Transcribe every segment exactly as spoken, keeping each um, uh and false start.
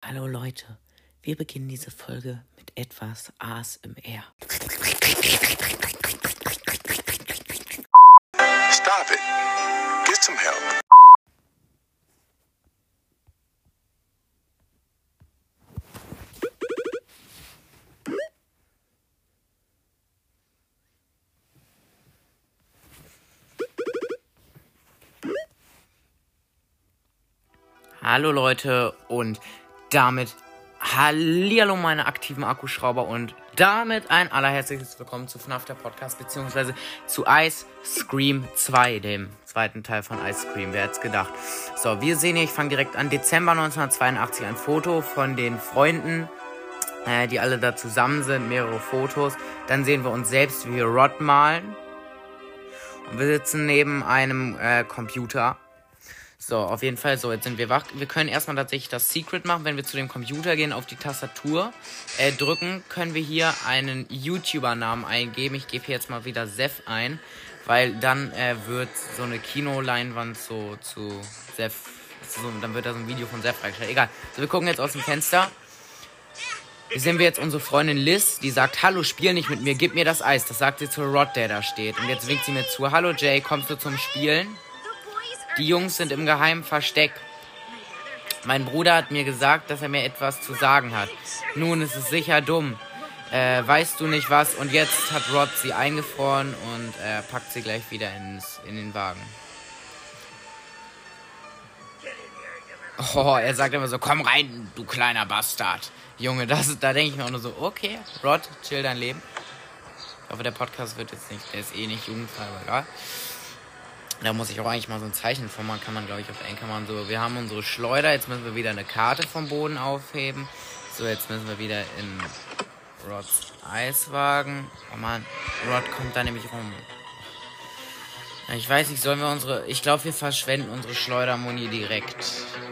Hallo Leute, wir beginnen diese Folge mit etwas A S M R. Stop it. Get some help. Hallo Leute und damit hallihallo meine aktiven Akkuschrauber und damit ein allerherzliches Willkommen zu F NAF der Podcast beziehungsweise zu Ice Scream zwei, dem zweiten Teil von Ice Scream, wer hätte es gedacht. So, wir sehen hier, ich fange direkt an, Dezember neunzehnhundertzweiundachtzig, ein Foto von den Freunden, äh, die alle da zusammen sind, mehrere Fotos. Dann sehen wir uns selbst, wie wir Rod malen und wir sitzen neben einem äh, Computer. So, auf jeden Fall, so, jetzt sind wir wach. Wir können erstmal tatsächlich das Secret machen, wenn wir zu dem Computer gehen, auf die Tastatur äh, drücken, können wir hier einen YouTuber-Namen eingeben. Ich gebe hier jetzt mal wieder Seth ein, weil dann äh, wird so eine Kinoleinwand so zu Seth, so, dann wird da so ein Video von Seth freigestellt. Egal, so, wir gucken jetzt aus dem Fenster. Hier sehen wir jetzt unsere Freundin Liz, die sagt, hallo, spiel nicht mit mir, gib mir das Eis. Das sagt sie zu Rod, der da steht. Und jetzt winkt sie mir zu, hallo Jay, kommst du zum Spielen? Die Jungs sind im geheimen Versteck. Mein Bruder hat mir gesagt, dass er mir etwas zu sagen hat. Nun, es ist sicher dumm. Äh, weißt du nicht was? Und jetzt hat Rod sie eingefroren und äh, packt sie gleich wieder ins, in den Wagen. Oh, er sagt immer so, komm rein, du kleiner Bastard. Junge, das, da denke ich mir auch nur so, okay, Rod, chill dein Leben. Ich hoffe, der Podcast wird jetzt nicht, der ist eh nicht jugendfrei, aber egal. Da muss ich auch eigentlich mal so ein Zeichen von machen, kann man glaube ich auf Anchor machen. So, wir haben unsere Schleuder, jetzt müssen wir wieder eine Karte vom Boden aufheben. So, jetzt müssen wir wieder in Rods Eiswagen. Oh man, Rod kommt da nämlich rum. Ich weiß nicht, sollen wir unsere, ich glaube wir verschwenden unsere Schleudermuni direkt.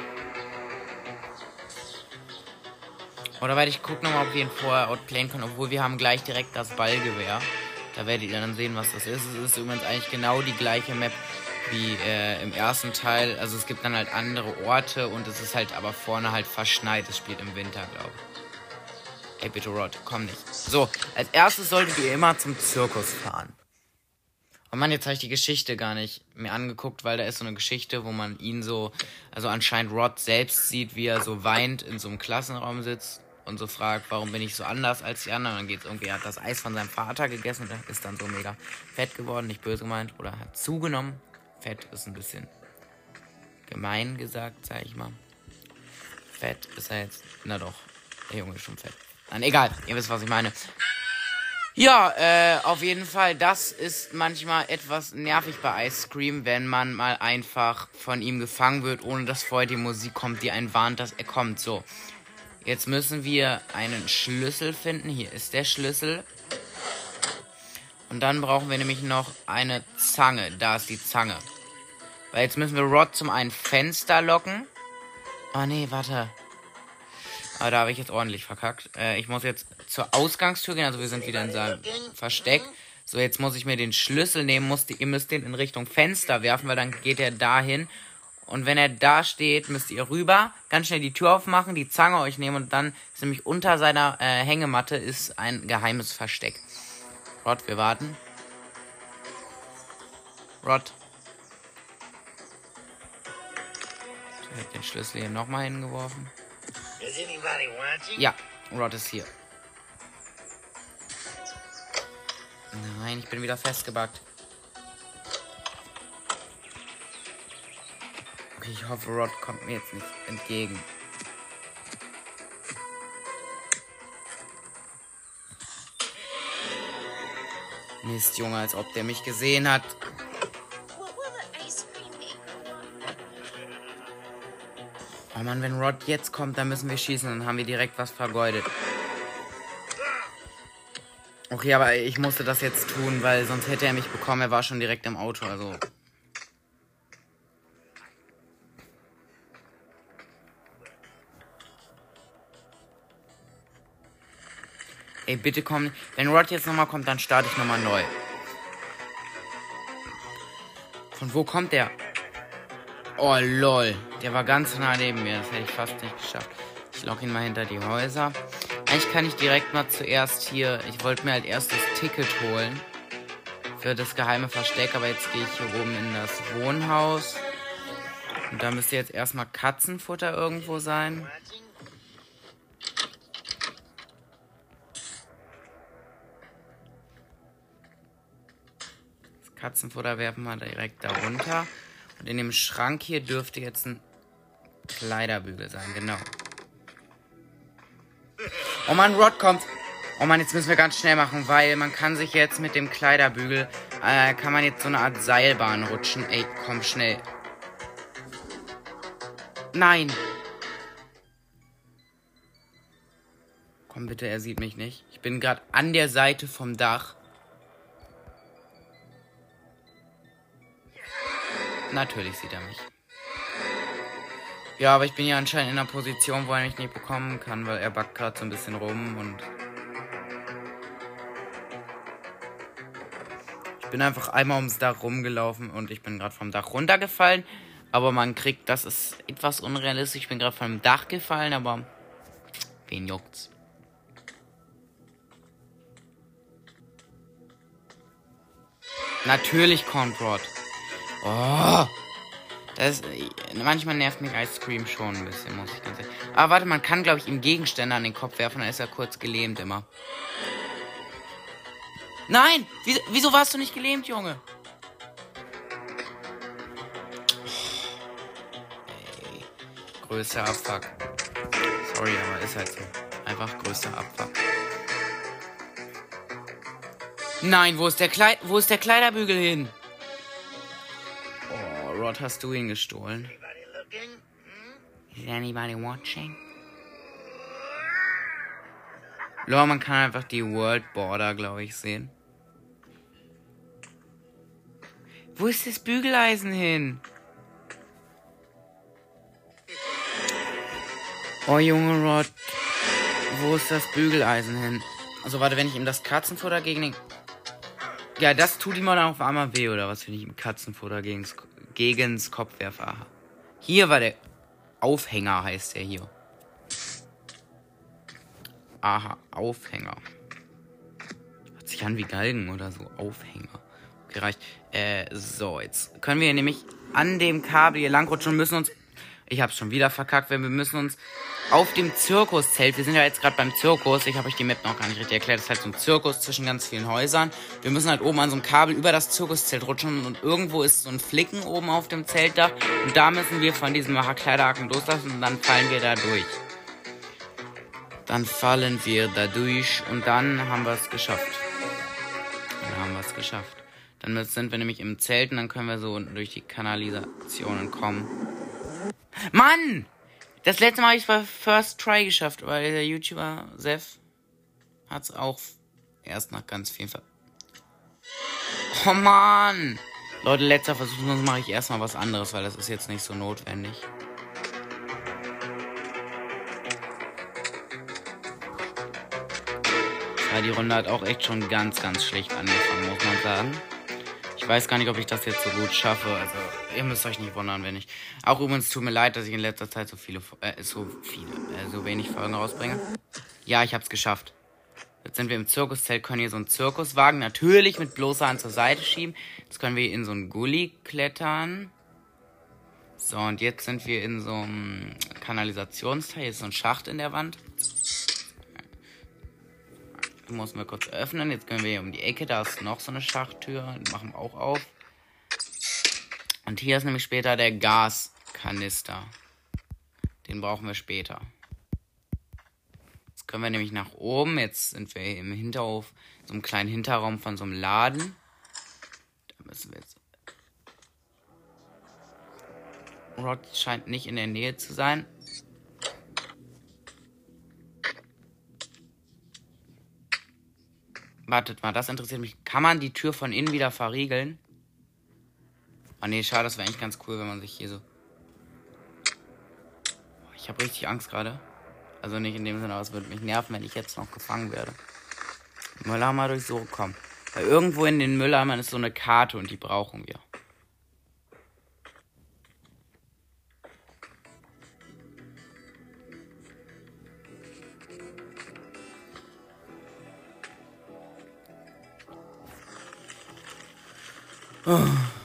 Oder weil ich gucke nochmal, ob wir ihn vorher outplayen können, obwohl wir haben gleich direkt das Ballgewehr. Da werdet ihr dann sehen, was das ist. Es ist übrigens eigentlich genau die gleiche Map wie äh, im ersten Teil. Also es gibt dann halt andere Orte und es ist halt aber vorne halt verschneit. Es spielt im Winter, glaube ich. Ey, bitte Rod, komm nicht. So, als erstes solltet ihr immer zum Zirkus fahren. Oh Mann, jetzt habe ich die Geschichte gar nicht mir angeguckt, weil da ist so eine Geschichte, wo man ihn so, also anscheinend Rod selbst sieht, wie er so weint in so einem Klassenraum sitzt. Und so fragt, warum bin ich so anders als die anderen? Dann geht's irgendwie, er hat das Eis von seinem Vater gegessen und ist dann so mega fett geworden, nicht böse gemeint, oder hat zugenommen. Fett ist ein bisschen gemein gesagt, sag ich mal. Fett ist er jetzt, na doch, der Junge ist schon fett. Nein, egal, ihr wisst, was ich meine. Ja, äh, auf jeden Fall, das ist manchmal etwas nervig bei Ice Scream, wenn man mal einfach von ihm gefangen wird, ohne dass vorher die Musik kommt, die einen warnt, dass er kommt. So. Jetzt müssen wir einen Schlüssel finden. Hier ist der Schlüssel. Und dann brauchen wir nämlich noch eine Zange. Da ist die Zange. Weil jetzt müssen wir Rod zum einen Fenster locken. Oh nee, warte. Aber da habe ich jetzt ordentlich verkackt. Äh, ich muss jetzt zur Ausgangstür gehen. Also wir sind wieder in seinem Versteck. So, jetzt muss ich mir den Schlüssel nehmen. Muss die, ihr müsst den in Richtung Fenster werfen, weil dann geht er dahin. Und wenn er da steht, müsst ihr rüber, ganz schnell die Tür aufmachen, die Zange euch nehmen und dann ist nämlich unter seiner äh, Hängematte ist ein geheimes Versteck. Rod, wir warten. Rod. Ich habe den Schlüssel hier nochmal hingeworfen. Ja, Rod ist hier. Nein, ich bin wieder festgebackt. Ich hoffe, Rod kommt mir jetzt nicht entgegen. Mist, Junge, als ob der mich gesehen hat. Oh Mann, wenn Rod jetzt kommt, dann müssen wir schießen. Dann haben wir direkt was vergeudet. Okay, aber ich musste das jetzt tun, weil sonst hätte er mich bekommen. Er war schon direkt im Auto, also... Ey, bitte komm. Wenn Rod jetzt nochmal kommt, dann starte ich nochmal neu. Von wo kommt der? Oh, lol. Der war ganz nah neben mir. Das hätte ich fast nicht geschafft. Ich Ich lock ihn mal hinter die Häuser. Eigentlich kann ich direkt mal zuerst hier... Ich wollte mir halt erst das Ticket holen. Für das geheime Versteck. Aber jetzt gehe ich hier oben in das Wohnhaus. Und da müsste jetzt erstmal Katzenfutter irgendwo sein. Das Katzenfutter werfen wir direkt da runter. Und in dem Schrank hier dürfte jetzt ein Kleiderbügel sein, genau. Oh Mann, Rod kommt. Oh Mann, jetzt müssen wir ganz schnell machen, weil man kann sich jetzt mit dem Kleiderbügel, äh, kann man jetzt so eine Art Seilbahn rutschen. Ey, komm schnell. Nein. Komm bitte, er sieht mich nicht. Ich bin gerade an der Seite vom Dach. Natürlich sieht er mich. Ja, aber ich bin ja anscheinend in einer Position, wo er mich nicht bekommen kann, weil er backt gerade so ein bisschen rum und... Ich bin einfach einmal ums Dach rumgelaufen und ich bin gerade vom Dach runtergefallen. Aber man kriegt, das ist etwas unrealistisch. Ich bin gerade vom Dach gefallen, aber wen juckt's? Natürlich Cornbrod. Oh! Das, manchmal nervt mich Ice Cream schon ein bisschen, muss ich ganz ehrlich. Aber warte, man kann, glaube ich, ihm Gegenstände an den Kopf werfen, dann ist er kurz gelähmt immer. Nein! Wieso, wieso warst du nicht gelähmt, Junge? Ey, größter Abfuck. Sorry, aber ist halt so. Einfach größter Abfuck. Nein, wo ist der Kleid, wo ist der Kleiderbügel hin? Rod, hast du ihn gestohlen? Is anybody watching? Lol, man kann einfach die World Border, glaube ich, sehen. Wo ist das Bügeleisen hin? Oh, Junge Rod. Wo ist das Bügeleisen hin? Also, warte, wenn ich ihm das Katzenfutter gegen den... Ja, das tut ihm dann auf einmal weh, oder was, wenn ich ihm Katzenfutter gegen das... gegens Kopfwerfer. Hier war der Aufhänger, heißt der hier. Aha, Aufhänger. Hört sich an wie Galgen oder so. Aufhänger. Okay, reicht. Äh, so, jetzt können wir nämlich an dem Kabel hier langrutschen und müssen uns... Ich hab's schon wieder verkackt, weil wir müssen uns auf dem Zirkuszelt... Wir sind ja jetzt gerade beim Zirkus. Ich habe euch die Map noch gar nicht richtig erklärt. Das ist halt so ein Zirkus zwischen ganz vielen Häusern. Wir müssen halt oben an so einem Kabel über das Zirkuszelt rutschen. Und irgendwo ist so ein Flicken oben auf dem Zeltdach. Und da müssen wir von diesem Kleiderhaken loslassen. Und dann fallen wir da durch. Dann fallen wir da durch. Und dann haben wir es geschafft. Dann haben wir es geschafft. Dann sind wir nämlich im Zelt. Und dann können wir so durch die Kanalisationen kommen. Mann! Das letzte Mal habe ich es bei First Try geschafft, weil der YouTuber Seth hat es auch erst nach ganz vielen Ver... Oh Mann! Leute, letzter Versuch, sonst mache ich erstmal was anderes, weil das ist jetzt nicht so notwendig. Ja, die Runde hat auch echt schon ganz, ganz schlecht angefangen, muss man sagen. Ich weiß gar nicht, ob ich das jetzt so gut schaffe. Also, ihr müsst euch nicht wundern, wenn ich... Auch übrigens, tut mir leid, dass ich in letzter Zeit so viele... Äh, so viele... Äh, so wenig Folgen rausbringe. Ja, ich hab's geschafft. Jetzt sind wir im Zirkuszelt, können hier so einen Zirkuswagen natürlich mit bloßer Hand zur Seite schieben. Jetzt können wir in so einen Gully klettern. So, und jetzt sind wir in so einem Kanalisationsteil. Hier ist so ein Schacht in der Wand. Muss wir kurz öffnen. Jetzt können wir hier um die Ecke. Da ist noch so eine Schachttür. Die machen wir auch auf. Und hier ist nämlich später der Gaskanister. Den brauchen wir später. Jetzt können wir nämlich nach oben. Jetzt sind wir hier im Hinterhof. So einem kleinen Hinterraum von so einem Laden. Da müssen wir jetzt... Rod scheint nicht in der Nähe zu sein. Wartet mal, das interessiert mich. Kann man die Tür von innen wieder verriegeln? Ah nee, schade, das wäre eigentlich ganz cool, wenn man sich hier so... Ich habe richtig Angst gerade. Also nicht in dem Sinne, aber es würde mich nerven, wenn ich jetzt noch gefangen werde. Mülleimer durch so kommen. Weil irgendwo in den Mülleimern ist so eine Karte und die brauchen wir. Oh.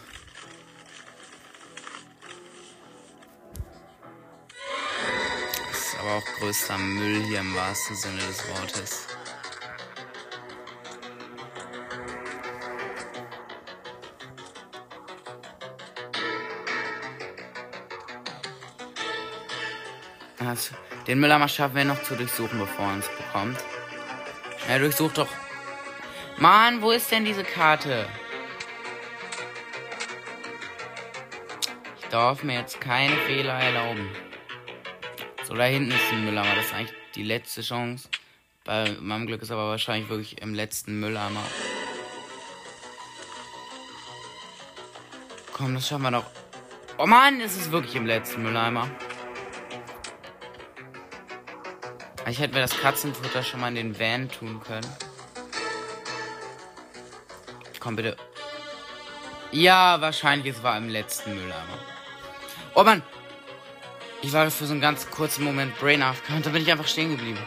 Das ist aber auch größter Müll hier im wahrsten Sinne des Wortes. Also, den Mülleimer schaffen wir noch zu durchsuchen, bevor er uns bekommt. Er durchsucht doch. Mann, wo ist denn diese Karte? Ich darf mir jetzt keine Fehler erlauben. So, da hinten ist ein Mülleimer. Das ist eigentlich die letzte Chance. Bei meinem Glück ist aber wahrscheinlich wirklich im letzten Mülleimer. Komm, das schaffen wir doch. Oh Mann, es ist wirklich im letzten Mülleimer. Ich hätte mir das Katzenfutter schon mal in den Van tun können. Komm bitte. Ja, wahrscheinlich, es war im letzten Mülleimer. Oh Mann! Ich war für so einen ganz kurzen Moment Brain aufgehört. Da bin ich einfach stehen geblieben.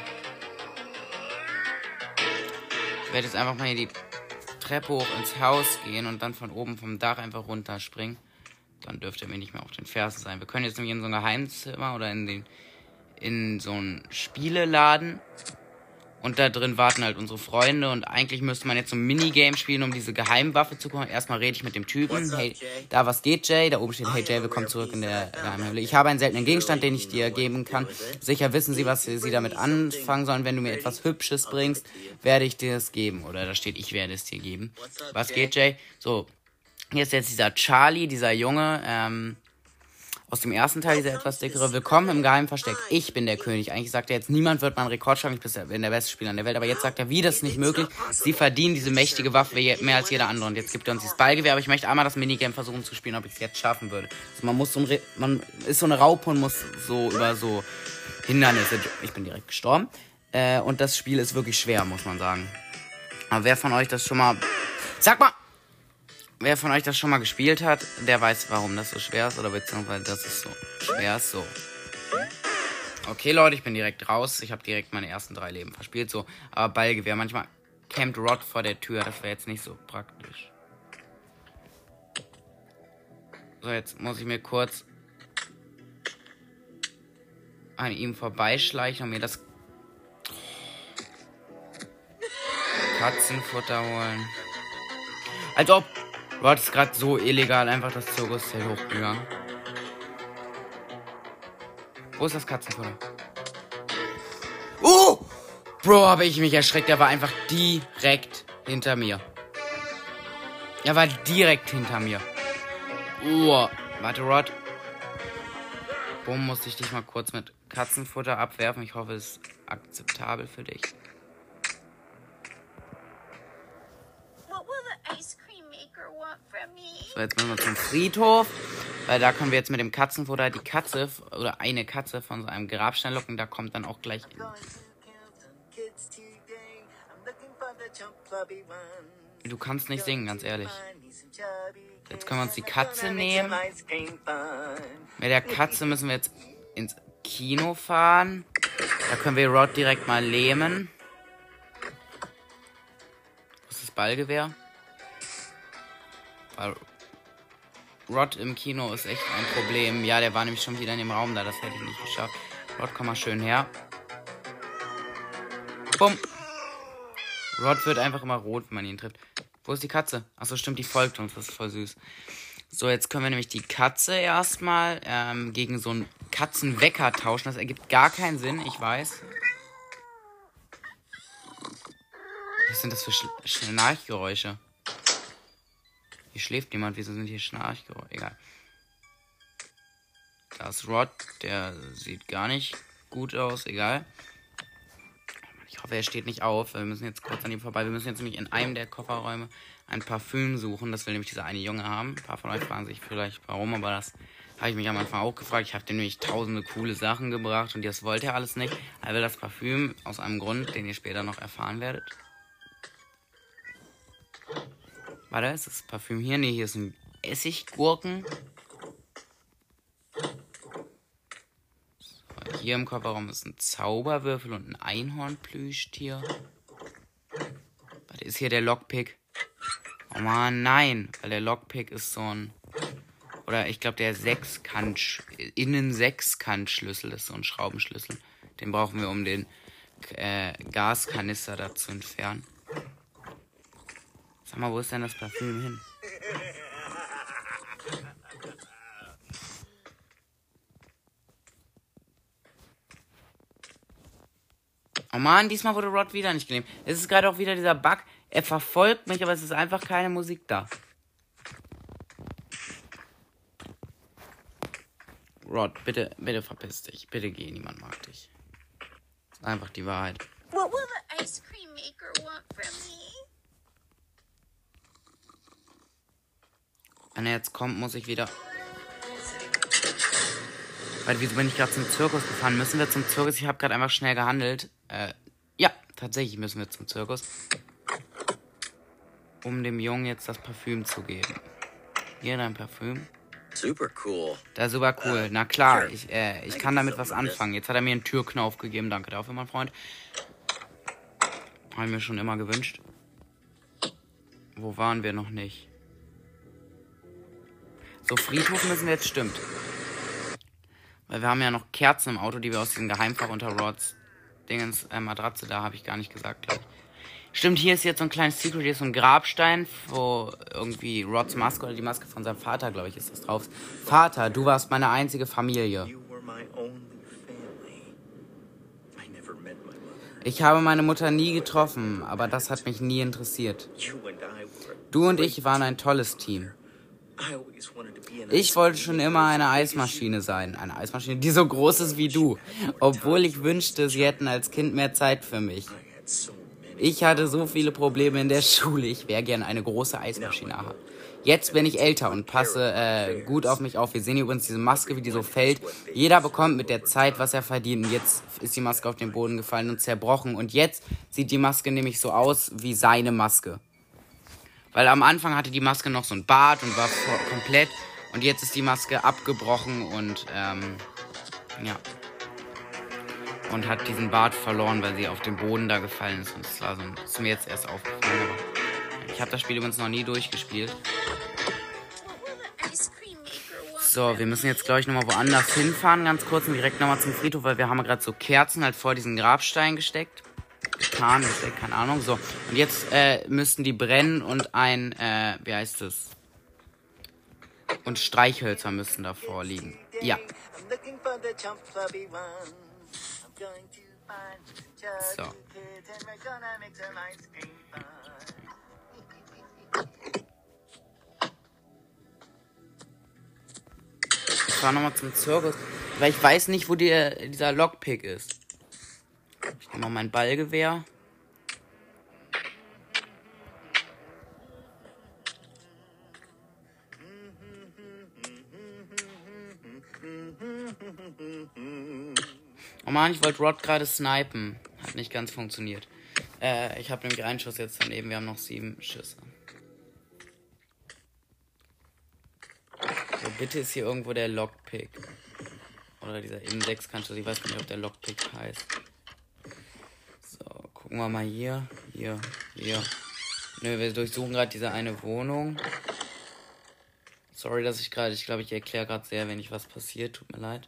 Ich werde jetzt einfach mal hier die Treppe hoch ins Haus gehen und dann von oben vom Dach einfach runterspringen. Dann dürfte er mir nicht mehr auf den Fersen sein. Wir können jetzt nämlich in so ein Geheimzimmer oder in den in so einen Spieleladen. Und da drin warten halt unsere Freunde. Und eigentlich müsste man jetzt so ein Minigame spielen, um diese Geheimwaffe zu bekommen. Erstmal rede ich mit dem Typen. Hey, da was geht, Jay? Da oben steht, hey Jay, willkommen zurück in der Geheimhöhle. Ich habe einen seltenen Gegenstand, den ich dir geben kann. Sicher wissen Sie, was Sie damit anfangen sollen. Wenn du mir etwas Hübsches bringst, werde ich dir es geben. Oder da steht, ich werde es dir geben. Was geht, Jay? So, hier ist jetzt dieser Charlie, dieser Junge, ähm... aus dem ersten Teil, dieser etwas dickere. Willkommen im Geheimversteck. Ich bin der König. Eigentlich sagt er jetzt, niemand wird mal einen Rekord schaffen. Ich bin der beste Spieler in der Welt. Aber jetzt sagt er, wie, das ist nicht möglich. Sie verdienen diese mächtige Waffe mehr als jeder andere. Und jetzt gibt er uns dieses Ballgewehr. Aber ich möchte einmal das Minigame versuchen zu spielen, ob ich es jetzt schaffen würde. Also man muss so ein Re man ist so eine Raupe und muss so über so Hindernisse. Ich bin direkt gestorben. Äh, und das Spiel ist wirklich schwer, muss man sagen. Aber wer von euch das schon mal... Sag mal! Wer von euch das schon mal gespielt hat, der weiß, warum das so schwer ist. Oder beziehungsweise, dass es so schwer ist. So. Okay, Leute, ich bin direkt raus. Ich habe direkt meine ersten drei Leben verspielt. So, aber Ballgewehr. Manchmal campt Rod vor der Tür. Das wäre jetzt nicht so praktisch. So, jetzt muss ich mir kurz an ihm vorbeischleichen und mir das Katzenfutter holen. Als ob... Rod ist gerade so illegal einfach das Zirkuszelt hochgegangen. Wo ist das Katzenfutter? Oh! Bro, habe ich mich erschreckt. Der war einfach direkt hinter mir. Er war direkt hinter mir. Oh, warte, Rod. Boom, musste ich dich mal kurz mit Katzenfutter abwerfen. Ich hoffe, es ist akzeptabel für dich. So, jetzt müssen wir zum Friedhof, weil da können wir jetzt mit dem Katzenfutter die Katze oder eine Katze von so einem Grabstein locken. Da kommt dann auch gleich... Du kannst nicht singen, ganz ehrlich. Jetzt können wir uns die Katze nehmen. Mit der Katze müssen wir jetzt ins Kino fahren. Da können wir Rod direkt mal lähmen. Was ist das Ballgewehr? Weil Rod im Kino ist echt ein Problem. Ja, der war nämlich schon wieder in dem Raum da. Das hätte ich nicht geschafft. Rod, komm mal schön her. Bumm. Rod wird einfach immer rot, wenn man ihn trifft. Wo ist die Katze? Achso, stimmt, die folgt uns. Das ist voll süß. So, jetzt können wir nämlich die Katze erstmal ähm, gegen so einen Katzenwecker tauschen. Das ergibt gar keinen Sinn, ich weiß. Was sind das für Sch Schnarchgeräusche? Hier schläft jemand. Wieso sind hier Schnarchgeräusche? Egal. Da ist Rod. Der sieht gar nicht gut aus. Egal. Ich hoffe, er steht nicht auf. Wir müssen jetzt kurz an ihm vorbei. Wir müssen jetzt nämlich in einem der Kofferräume ein Parfüm suchen. Das will nämlich dieser eine Junge haben. Ein paar von euch fragen sich vielleicht, warum. Aber das habe ich mich am Anfang auch gefragt. Ich habe dem nämlich tausende coole Sachen gebracht. Und das wollte er alles nicht. Er will das Parfüm aus einem Grund, den ihr später noch erfahren werdet. Warte, ist das Parfüm hier? Ne, hier sind Essiggurken. So, hier im Kofferraum ist ein Zauberwürfel und ein Einhornplüschtier. Warte, ist hier der Lockpick? Oh Oh Mann, nein. Weil der Lockpick ist so ein... Oder ich glaube, der Sechskant... Innen-Sechskant-Schlüssel ist so ein Schraubenschlüssel. Den brauchen wir, um den äh, Gaskanister da zu entfernen. Sag mal, wo ist denn das Parfüm hin? Oh Mann, diesmal wurde Rod wieder nicht genehm. Es ist gerade auch wieder dieser Bug. Er verfolgt mich, aber es ist einfach keine Musik da. Rod, bitte, bitte verpiss dich. Bitte geh, niemand mag dich. Das ist einfach die Wahrheit. What will the ice cream maker want from me? Wenn er jetzt kommt, muss ich wieder... Weil, wieso bin ich gerade zum Zirkus gefahren? Müssen wir zum Zirkus? Ich habe gerade einfach schnell gehandelt. Äh, ja, tatsächlich müssen wir zum Zirkus. Um dem Jungen jetzt das Parfüm zu geben. Hier dein Parfüm. Super cool. Das ist super cool. Na klar, ich, äh, ich kann damit was anfangen. Jetzt hat er mir einen Türknauf gegeben. Danke dafür, mein Freund. Habe ich mir schon immer gewünscht. Wo waren wir noch nicht? So, Friedhof müssen wir jetzt, stimmt. Weil wir haben ja noch Kerzen im Auto, die wir aus diesem Geheimfach unter Rods Dingens äh, Matratze, da habe ich gar nicht gesagt, glaube ich. Stimmt, hier ist jetzt so ein kleines Secret, hier ist so ein Grabstein, wo irgendwie Rods Maske oder die Maske von seinem Vater, glaube ich, ist das drauf. Vater, du warst meine einzige Familie. Ich habe meine Mutter nie getroffen, aber das hat mich nie interessiert. Du und ich waren ein tolles Team. Ich wollte schon immer eine Eismaschine sein. Eine Eismaschine, die so groß ist wie du. Obwohl ich wünschte, sie hätten als Kind mehr Zeit für mich. Ich hatte so viele Probleme in der Schule. Ich wäre gern eine große Eismaschine haben. Jetzt bin ich älter und passe äh, gut auf mich auf. Wir sehen hier übrigens diese Maske, wie die so fällt. Jeder bekommt mit der Zeit, was er verdient. Und jetzt ist die Maske auf den Boden gefallen und zerbrochen. Und jetzt sieht die Maske nämlich so aus wie seine Maske. Weil am Anfang hatte die Maske noch so ein Bart und war komplett. Und jetzt ist die Maske abgebrochen und, ähm, ja. Und hat diesen Bart verloren, weil sie auf den Boden da gefallen ist. Und das war so, das ist mir jetzt erst aufgefallen. Aber ich habe das Spiel übrigens noch nie durchgespielt. So, wir müssen jetzt, glaube ich, nochmal woanders hinfahren, ganz kurz. Und direkt nochmal zum Friedhof, weil wir haben gerade so Kerzen halt vor diesen Grabstein gesteckt. Getan, gesteckt, keine Ahnung. So, und jetzt äh, müssten die brennen und ein, äh, wie heißt es? Und Streichhölzer müssten davor liegen. Ja. So. Ich fahr nochmal zum Zirkus, weil ich weiß nicht, wo die, dieser Lockpick ist. Ich nehme mal mein Ballgewehr. Oh Mann, ich wollte Rod gerade snipen. Hat nicht ganz funktioniert. Äh, ich habe nämlich einen Schuss jetzt daneben. Wir haben noch sieben Schüsse. So, bitte ist hier irgendwo der Lockpick. Oder dieser Innen-Sechskant-Schuss. Ich weiß gar nicht, ob der Lockpick heißt. So, gucken wir mal hier. Hier, hier. Nö, wir durchsuchen gerade diese eine Wohnung. Sorry, dass ich gerade, ich glaube, ich erkläre gerade sehr wenig, was passiert. Tut mir leid.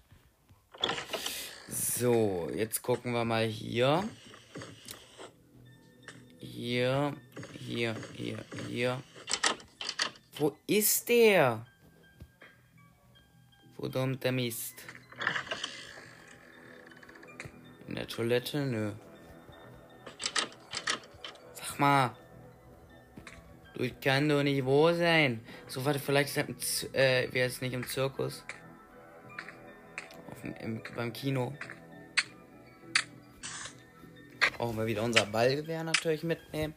So, jetzt gucken wir mal hier. Hier, hier, hier, hier. Wo ist der? Verdammter Mist. In der Toilette? Nö. Sag mal. Du, ich kann doch nicht wo sein. So, warte, vielleicht ist er im Z äh, wer ist nicht im Zirkus? Auf dem, im, beim Kino. Brauchen wir wieder unser Ballgewehr natürlich mitnehmen.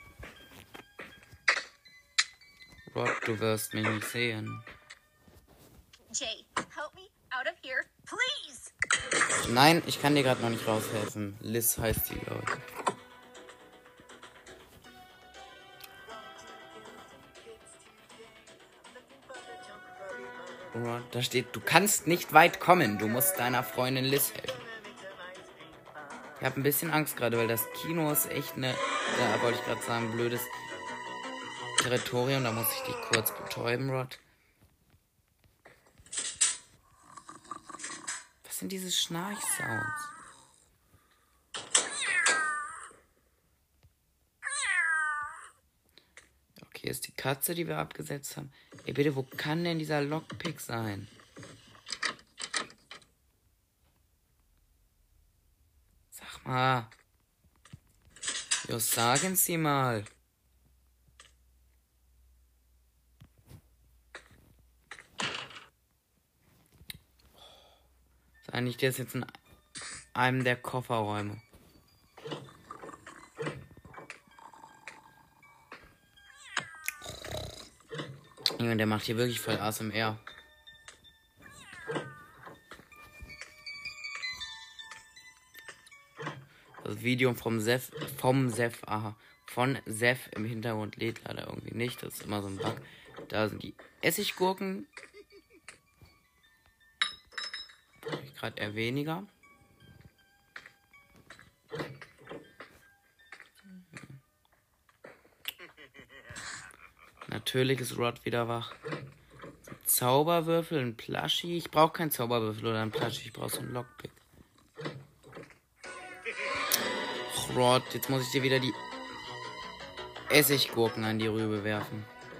Rod, du wirst mich nicht sehen. Jay, help me out of here, please. Nein, ich kann dir gerade noch nicht raushelfen. Liz heißt die, glaube ich. Rod, da steht, du kannst nicht weit kommen. Du musst deiner Freundin Liz helfen. Ich habe ein bisschen Angst gerade, weil das Kino ist echt eine, da wollte ich gerade sagen, blödes Territorium, da muss ich dich kurz betäuben, Rod. Was sind diese Schnarch-Sounds? Okay, ist die Katze, die wir abgesetzt haben. Ey, bitte, wo kann denn dieser Lockpick sein? Sag mal. Los, sagen Sie mal. Ist eigentlich der ist jetzt in einem der Kofferräume. Junge, der macht hier wirklich voll A S M R. Das Video vom Sef, vom Sef, aha, von Sef im Hintergrund lädt leider irgendwie nicht. Das ist immer so ein Bug. Da sind die Essiggurken. Gerade eher weniger. Natürlich ist Rod wieder wach. Zauberwürfel, ein Plushie. Ich brauche keinen Zauberwürfel oder ein Plushie. Ich brauche so einen Lockpick. Och, Rod, jetzt muss ich dir wieder die Essiggurken an die Rübe werfen.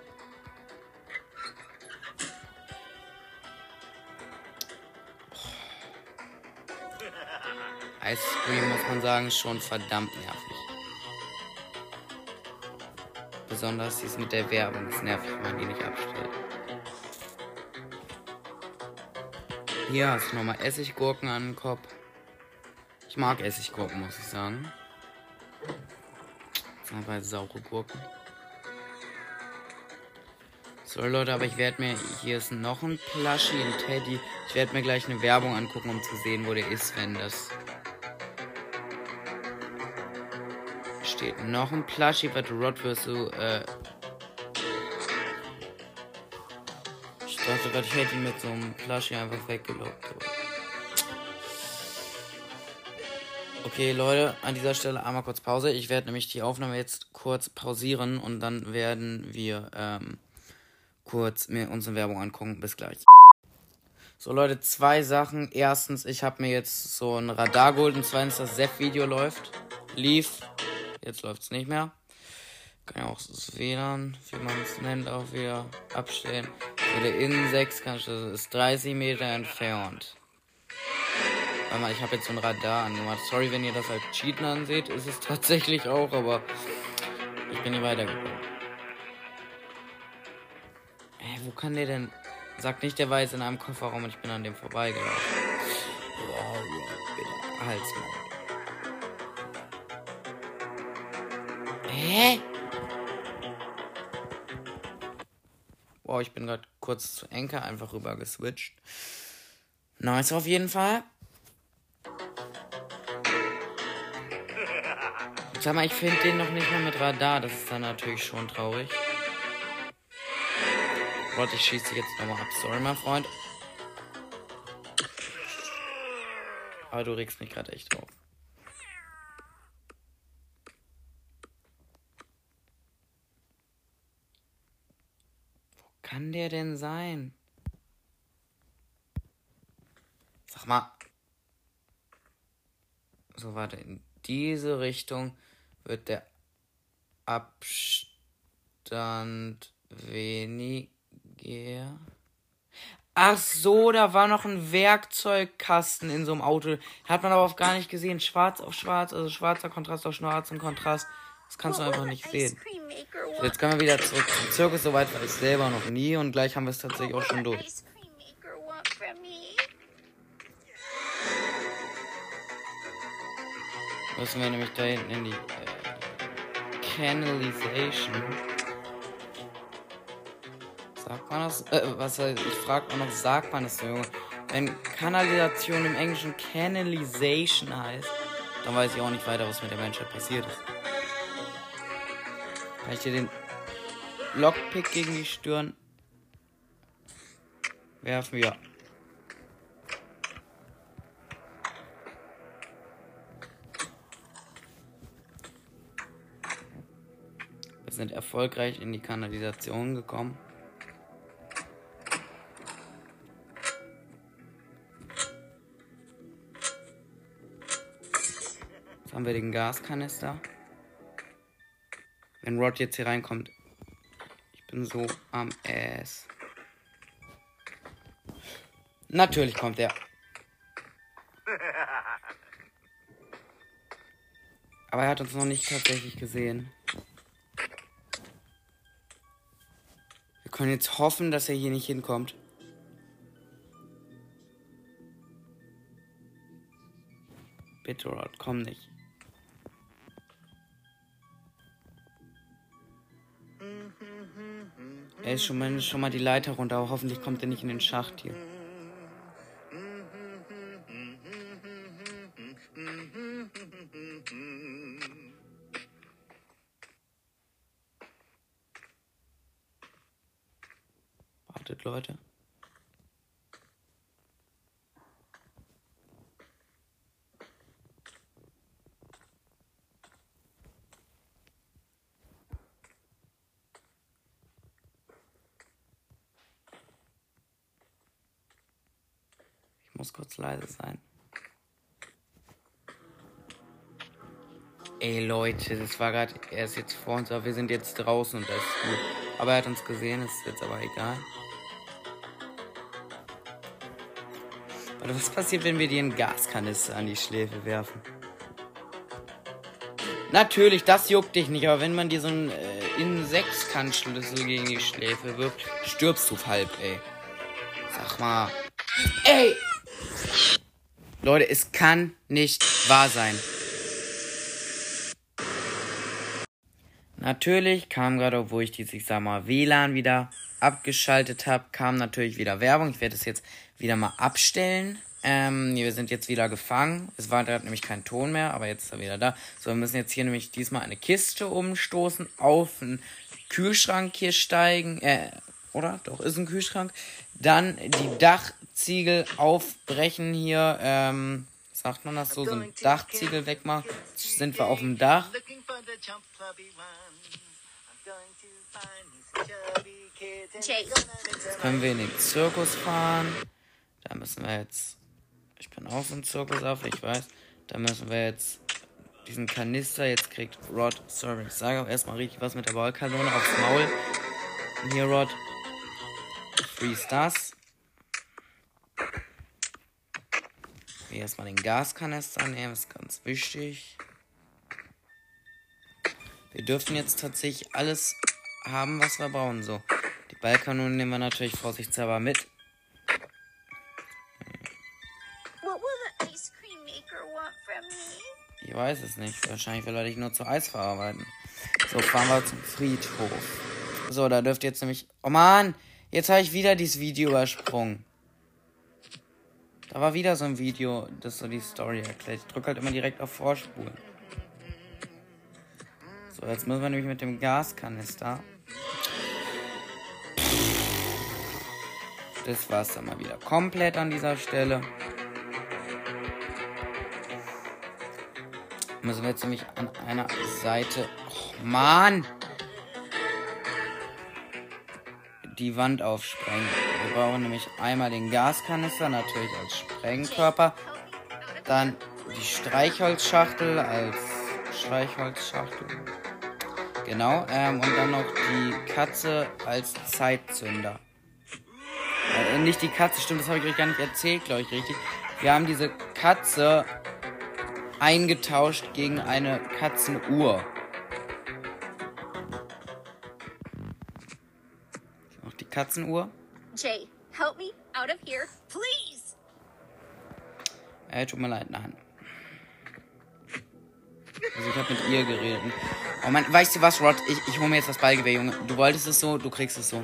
Ice Cream, muss man sagen, ist schon verdammt nervig. Besonders dies mit der Werbung ist nervig, wenn man die nicht abstellt. Hier hast du nochmal Essiggurken an den Kopf. Ich mag Essiggurken, muss ich sagen. Das sind aber saure Gurken. So Leute, aber ich werde mir... Hier ist noch ein Plushie, ein Teddy. Ich werde mir gleich eine Werbung angucken, um zu sehen, wo der ist, wenn das... Steht noch ein Plushie, was Rod wirst du, äh... Ich dachte gerade, ich hätte ihn mit so einem Plushie einfach weggelockt. Okay, Leute, an dieser Stelle einmal kurz Pause. Ich werde nämlich die Aufnahme jetzt kurz pausieren und dann werden wir, ähm, kurz mir unsere Werbung angucken. Bis gleich. So, Leute, zwei Sachen. Erstens, ich habe mir jetzt so ein Radar geholt und zweitens, das Sef-Video läuft. Lief. Jetzt läuft es nicht mehr. Kann ja auch das W L A N, wie man es nennt, auch wieder abstellen. So, der Innensechs kann ich, das ist dreißig Meter entfernt. Warte mal, ich habe jetzt so ein Radar angemacht. Sorry, wenn ihr das als Cheaten anseht, ist es tatsächlich auch, aber ich bin nicht weitergekommen. Hä, wo kann der denn... Sagt nicht, der war jetzt in einem Kofferraum und ich bin an dem vorbeigelaufen. Wow, bitte. Halt's mal. Hä? Wow, ich bin gerade kurz zu Anchor einfach rüber geswitcht. Nice auf jeden Fall. Sag mal, ich finde den noch nicht mal mit Radar. Das ist dann natürlich schon traurig. Gott, ich schieße dich jetzt nochmal ab. Sorry, mein Freund. Aber du regst mich gerade echt auf. Wo kann der denn sein? Sag mal. So, warte. In diese Richtung wird der Abstand weniger. Ach so, da war noch ein Werkzeugkasten in so einem Auto. Hat man aber auch gar nicht gesehen. Schwarz auf schwarz, also schwarzer Kontrast auf schwarzem Kontrast. Das kannst du einfach nicht sehen. So, jetzt können wir wieder zurück zum Zirkus. Soweit war ich selber noch nie. Und gleich haben wir es tatsächlich auch schon durch. Müssen wir nämlich da hinten in die äh, Canalization. Sagt man das? Äh, was heißt, ich frage auch noch, sagt man das so, Junge? Wenn Kanalisation im Englischen Canalization heißt, dann weiß ich auch nicht weiter, was mit der Menschheit passiert ist. Kann ich dir den Lockpick gegen die Stirn werfen? Ja. sind erfolgreich in die Kanalisation gekommen. Jetzt haben wir den Gaskanister. Wenn Rod jetzt hier reinkommt, ich bin so am Ass. Natürlich kommt er. Aber er hat uns noch nicht tatsächlich gesehen. Wir können jetzt hoffen, dass er hier nicht hinkommt. Bitte, Rod, komm nicht. Er ist schon mal, schon mal die Leiter runter, aber hoffentlich kommt er nicht in den Schacht hier. Wartet, Leute. Ich muss kurz leise sein. Ey Leute, das war gerade, er ist jetzt vor uns, aber wir sind jetzt draußen und das ist gut. Aber er hat uns gesehen, ist jetzt aber egal. Warte, was passiert, wenn wir dir einen Gaskanister an die Schläfe werfen? Natürlich, das juckt dich nicht, aber wenn man dir so einen äh, Innensechskantschlüssel gegen die Schläfe wirft, stirbst du halb, ey. Sag mal. Ey! Leute, es kann nicht wahr sein. Natürlich kam gerade, obwohl ich dieses, ich sag mal, W L A N wieder abgeschaltet habe, kam natürlich wieder Werbung. Ich werde es jetzt wieder mal abstellen. Ähm, wir sind jetzt wieder gefangen. Es war gerade nämlich kein Ton mehr, aber jetzt ist er wieder da. So, wir müssen jetzt hier nämlich diesmal eine Kiste umstoßen, auf einen Kühlschrank hier steigen. Äh, oder? Doch, ist ein Kühlschrank. Dann die Dachziegel aufbrechen hier. Ähm, sagt man das so? So ein Dachziegel wegmachen. Jetzt sind wir auf dem Dach. Jetzt können wir in den Zirkus fahren. Da müssen wir jetzt... Ich bin auch so ein Zirkus auf, ich weiß. Da müssen wir jetzt diesen Kanister... Jetzt kriegt Rod... Sorry, ich sage auch erstmal richtig was mit der Ballkanone aufs Maul. Und hier, Rod. Freeze das. Wir erstmal den Gaskanister nehmen, ist ganz wichtig. Wir dürfen jetzt tatsächlich alles haben, was wir brauchen. So, die Ballkanone nehmen wir natürlich vorsichtshalber mit. What will the ice cream maker want from me? Ich weiß es nicht. Wahrscheinlich will er dich nur zu Eis verarbeiten. So, fahren wir zum Friedhof. So, da dürft ihr jetzt nämlich... Oh Mann, jetzt habe ich wieder dieses Video übersprungen. Da war wieder so ein Video, das so die Story erklärt. Ich drücke halt immer direkt auf Vorspulen. So, jetzt müssen wir nämlich mit dem Gaskanister. Das war's dann mal wieder komplett an dieser Stelle. Müssen wir jetzt nämlich an einer Seite... Oh, Mann! Die Wand aufsprengen. Wir brauchen nämlich einmal den Gaskanister, natürlich als Sprengkörper. Dann die Streichholzschachtel als Streichholzschachtel. Genau, ähm, und dann noch die Katze als Zeitzünder. Äh, nicht die Katze, stimmt, das habe ich euch gar nicht erzählt, glaube ich, richtig. Wir haben diese Katze eingetauscht gegen eine Katzenuhr. Noch die Katzenuhr. Jay, help me out of here, please. Äh, tut mir leid, nein. Also ich habe mit ihr geredet. Oh Mann, weißt du was, Rod? Ich, ich hole mir jetzt das Ballgewehr, Junge. Du wolltest es so, du kriegst es so.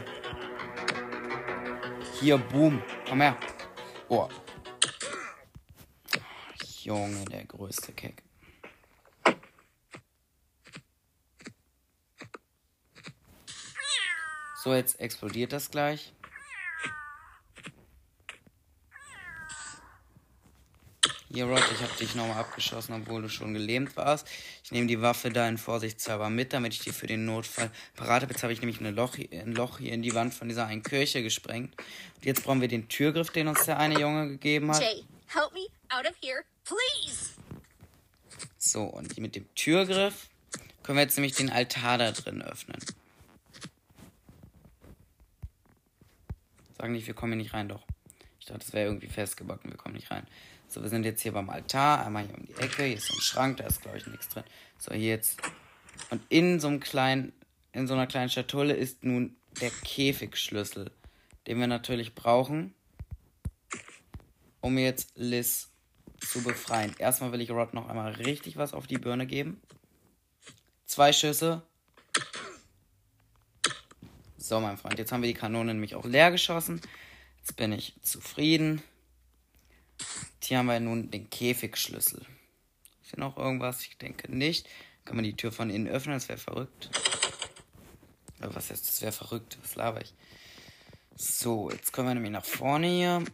Hier, boom. Komm her. Oh. Junge, der größte Keck. So, jetzt explodiert das gleich. Hier, Rod, ich habe dich nochmal abgeschossen, obwohl du schon gelähmt warst. Ich nehme die Waffe da in vorsichtshalber mit, damit ich die für den Notfall parat habe. Jetzt habe ich nämlich ein Loch, ein Loch hier in die Wand von dieser einen Kirche gesprengt. Und jetzt brauchen wir den Türgriff, den uns der eine Junge gegeben hat. Jay, help me out of here, please. So, und mit dem Türgriff können wir jetzt nämlich den Altar da drin öffnen. Sag nicht, wir kommen hier nicht rein, doch. Ich dachte, das wäre irgendwie festgebacken, wir kommen nicht rein. So, wir sind jetzt hier beim Altar, einmal hier um die Ecke, hier ist so ein Schrank, da ist, glaube ich, nichts drin. So, hier jetzt. Und in so einem kleinen, in so einer kleinen Schatulle ist nun der Käfigschlüssel, den wir natürlich brauchen, um jetzt Liz zu befreien. Erstmal will ich Rod noch einmal richtig was auf die Birne geben. Zwei Schüsse. So, mein Freund, jetzt haben wir die Kanone nämlich auch leer geschossen. Jetzt bin ich zufrieden. Hier haben wir nun den Käfigschlüssel. Ist hier noch irgendwas? Ich denke nicht. Kann man die Tür von innen öffnen? Das wäre verrückt. Aber was heißt, das wäre verrückt? Was laber ich? So, jetzt können wir nämlich nach vorne hier.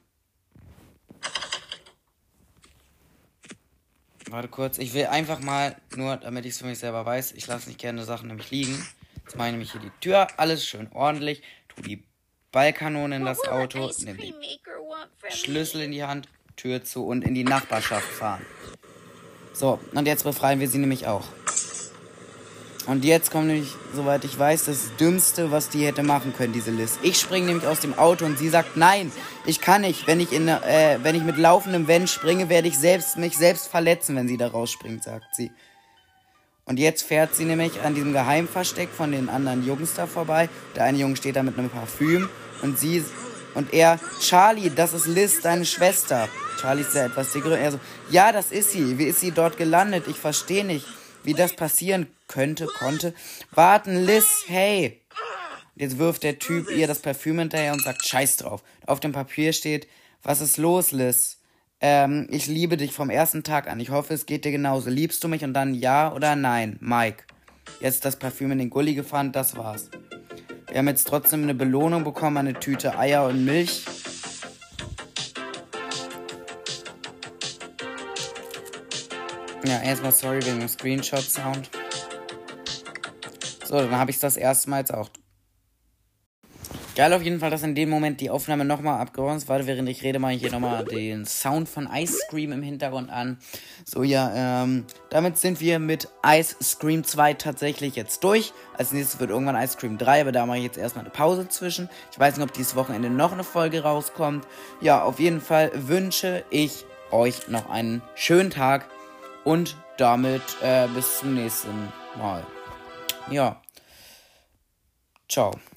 Warte kurz. Ich will einfach mal, nur damit ich es für mich selber weiß, ich lasse nicht gerne Sachen nämlich liegen. Jetzt mache ich nämlich hier die Tür. Alles schön ordentlich. Tu die Ballkanone in das Auto. Nimm den Schlüssel in die Hand. Tür zu und in die Nachbarschaft fahren. So, und jetzt befreien wir sie nämlich auch. Und jetzt kommt nämlich, soweit ich weiß, das Dümmste, was die hätte machen können, diese Liz. Ich springe nämlich aus dem Auto und sie sagt, nein, ich kann nicht. Wenn ich, in, äh, wenn ich mit laufendem Vent springe, werde ich selbst, mich selbst verletzen, wenn sie da rausspringt, sagt sie. Und jetzt fährt sie nämlich an diesem Geheimversteck von den anderen Jungs da vorbei. Der eine Junge steht da mit einem Parfüm und sie und er, Charlie, das ist Liz, deine Schwester. Charlie ist ja etwas dicker. Er so, ja, das ist sie. Wie ist sie dort gelandet? Ich verstehe nicht, wie das passieren könnte, konnte. Warten, Liz, hey. Jetzt wirft der Typ ihr das Parfüm hinterher und sagt, scheiß drauf. Auf dem Papier steht, was ist los, Liz? Ähm, ich liebe dich vom ersten Tag an. Ich hoffe, es geht dir genauso. Liebst du mich? Und dann ja oder nein, Mike. Jetzt das Parfüm in den Gully gefahren, das war's. Wir haben jetzt trotzdem eine Belohnung bekommen, eine Tüte Eier und Milch. Ja, erstmal sorry wegen dem Screenshot-Sound. So, dann habe ich das erste Mal jetzt auch. Geil auf jeden Fall, dass in dem Moment die Aufnahme nochmal abgebrochen ist. Warte, während ich rede, mache ich hier nochmal den Sound von Ice Scream im Hintergrund an. So, ja, ähm, damit sind wir mit Ice Scream zwei tatsächlich jetzt durch. Als nächstes wird irgendwann Ice Scream drei, aber da mache ich jetzt erstmal eine Pause zwischen. Ich weiß nicht, ob dieses Wochenende noch eine Folge rauskommt. Ja, auf jeden Fall wünsche ich euch noch einen schönen Tag und damit äh, bis zum nächsten Mal. Ja, ciao.